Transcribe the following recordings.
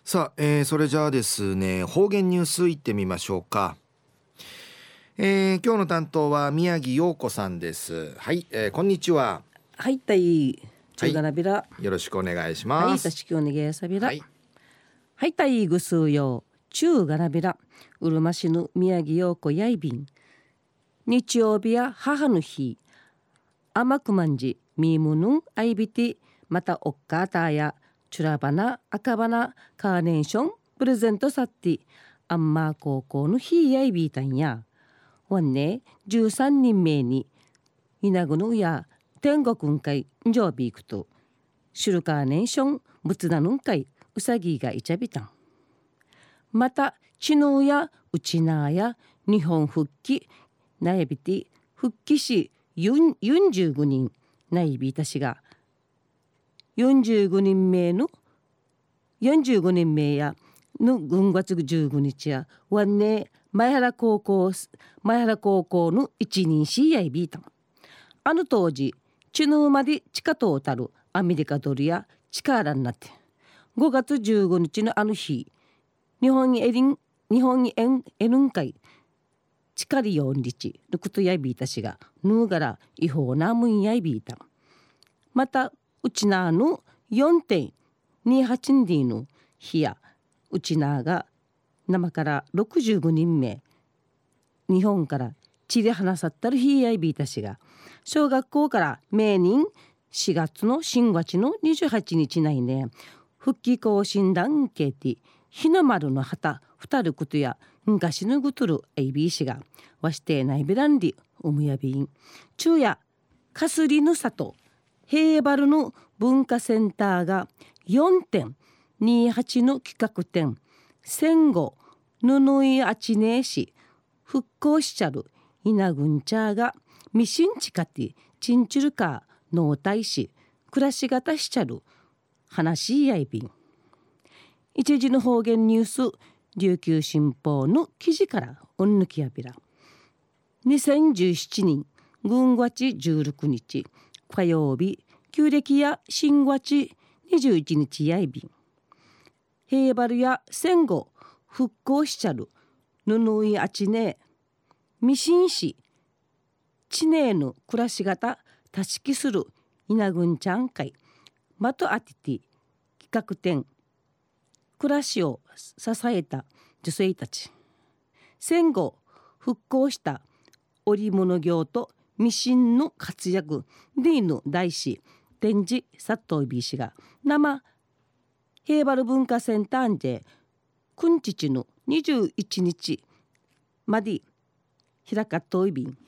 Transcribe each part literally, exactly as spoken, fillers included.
さあ、えーそれじゃあですね、方言ニュースいってみましょうか。えー今日の担当は宮城陽子さんです。はい、えーこんにちは。 はい、たい、中はい、 がなびら。 よろしくお願いしはい、たます。 しきおねげやさびら。 はい、 はい、たい、ぐすうよう、中がなびら。うるま市の宮城陽子やいびん。日曜日や母の日。甘くまんじ、みーむぬん、あいびて、またおっかあたや、チュラバナ、赤バナ、カーネーション、プレゼントさって、あんまー高校の日やいびいたんや。わんね、じゅうさんにんめいに、いなぐぬや、天国んかい、んじょうびいくと、シュルカーネーション仏壇のんかいうさぎがいちゃびたん。また知能やうちなや日本復帰なやびて復帰しよんじゅうごにんなやびたしがよんじゅうごにんめのよんじゅうごにんめやのぐんがつじゅうごにちやわんね前原高校前原高校の一人しやいびいたん。あの当時知能まで地下トータルアメリカドルや力になってごがつじゅうごにちのあの日日本にエリン日本にエンエルン会力よんりちのことやびいたしがぬうがら違法なむんやいびいた。またうちなの よんてんにはち ディの日やうちなが生からろくじゅうごにんめ日本から地で話さったる日やいびいたしが小学校から明年しがつの新月のにじゅうはちにち内ね復帰更新団けいて日の丸の旗二ることや昔のぐとる エービー 氏がわしてないべらんりおむやびん昼夜かすりぬさと平原の文化センターが よんてんにはち の企画展戦後ぬぬいあちねえし復興しちゃる稲ぐんちゃがみしんちかてちんちゅるか農体し暮らし方しちゃる話やいびん一時の方言ニュース琉球新報の記事からおんぬきやびらにせんじゅうななねんぐんがちじゅうろくにち火曜日旧暦や新月にじゅういちにちやいびん平原や戦後復興しちゃるぬぬいあちねみしんしちねえの暮らし方たしきする稲ぐんちゃん会まとあてて企画展暮らしを支えた女性たち戦後復興した織物業とミシンの活躍での大師展示殺到びしが生平原文化センターでくんちちのにじゅういちにちまで開かっといびん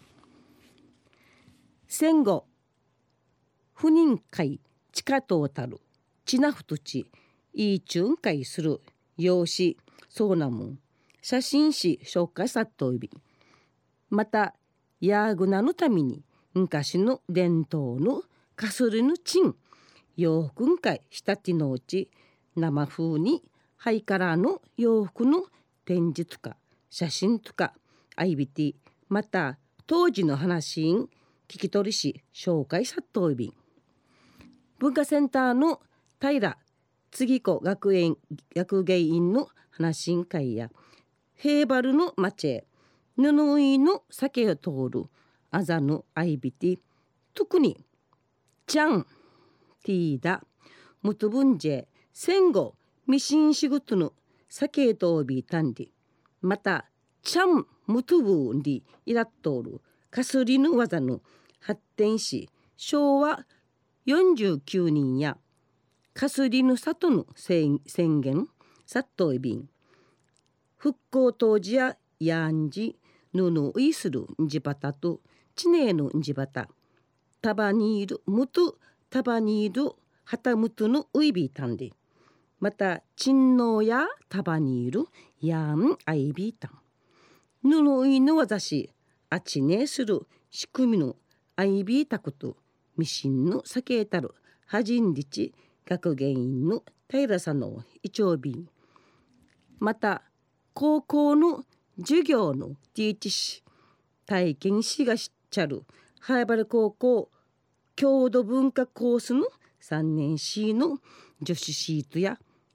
戦後不妊会地下トータルちなふとちいいちゅん会する用紙そうなもん写真誌紹介さっといびんまたヤーグナのために昔の伝統のかすりのちん洋服ん会したてのうち生風にハイカラーの洋服の展示とか写真とかアイビティまた当時の話ん聞き取りし紹介さっといびん文化センターの平次子学園学芸員の話しん会や平原の町へ布井の酒を通るあざのアイビティ特にちゃんティーダムトブンジェ戦後ミシン仕事の酒とびたんりまたちゃんムトブンリイラットールかすりの技の発展し昭和よんじゅうきゅうにんやかすりの里の宣言さっといびん復興当時ややんじぬぬいするんじばたとちねえのんじばたたばにいるむとたばにいるはたむとのういびたんでまたちんのやたばにいるやんあいびたんぬぬいのわざしあちねえする仕組みのあいびたことミシンのさけたるはじんりち学芸員の平さんのいちょうびんまた高校の授業のティーチし体験しがしっちゃるハイバル高校郷土文化コースのさんねんしの女子シートや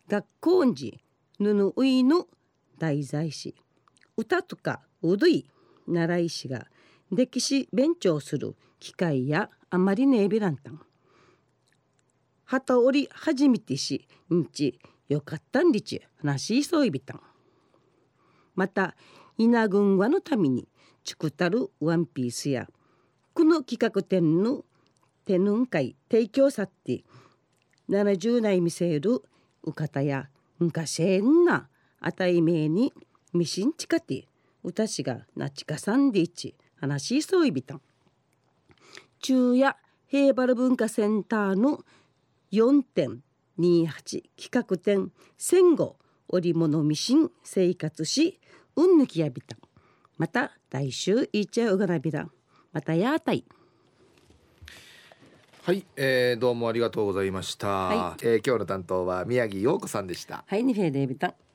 学校時ぬぬういの題材し歌とかうどい習いしが歴史勉強する機会やあまりねえびらんたん旗折り初めてしんちよかったんりち話しそういびたんまた稲群話のために作ったるワンピースやこの企画展の展覧会提供さってななじゅう代見せるうかたや昔んなあたいめにみしんちかてうたしがなちかさんでいち話しそういびたん中夜平原文化センターの よんてんにじゅうはち 企画展戦後織物ミシン生活しうんぬきやびたまた来週いっちゃうがなびらまたやーたいはい、えー、どうもありがとうございました、 はいえー、今日の担当は宮城陽子さんでした。 はいにフェーデービタ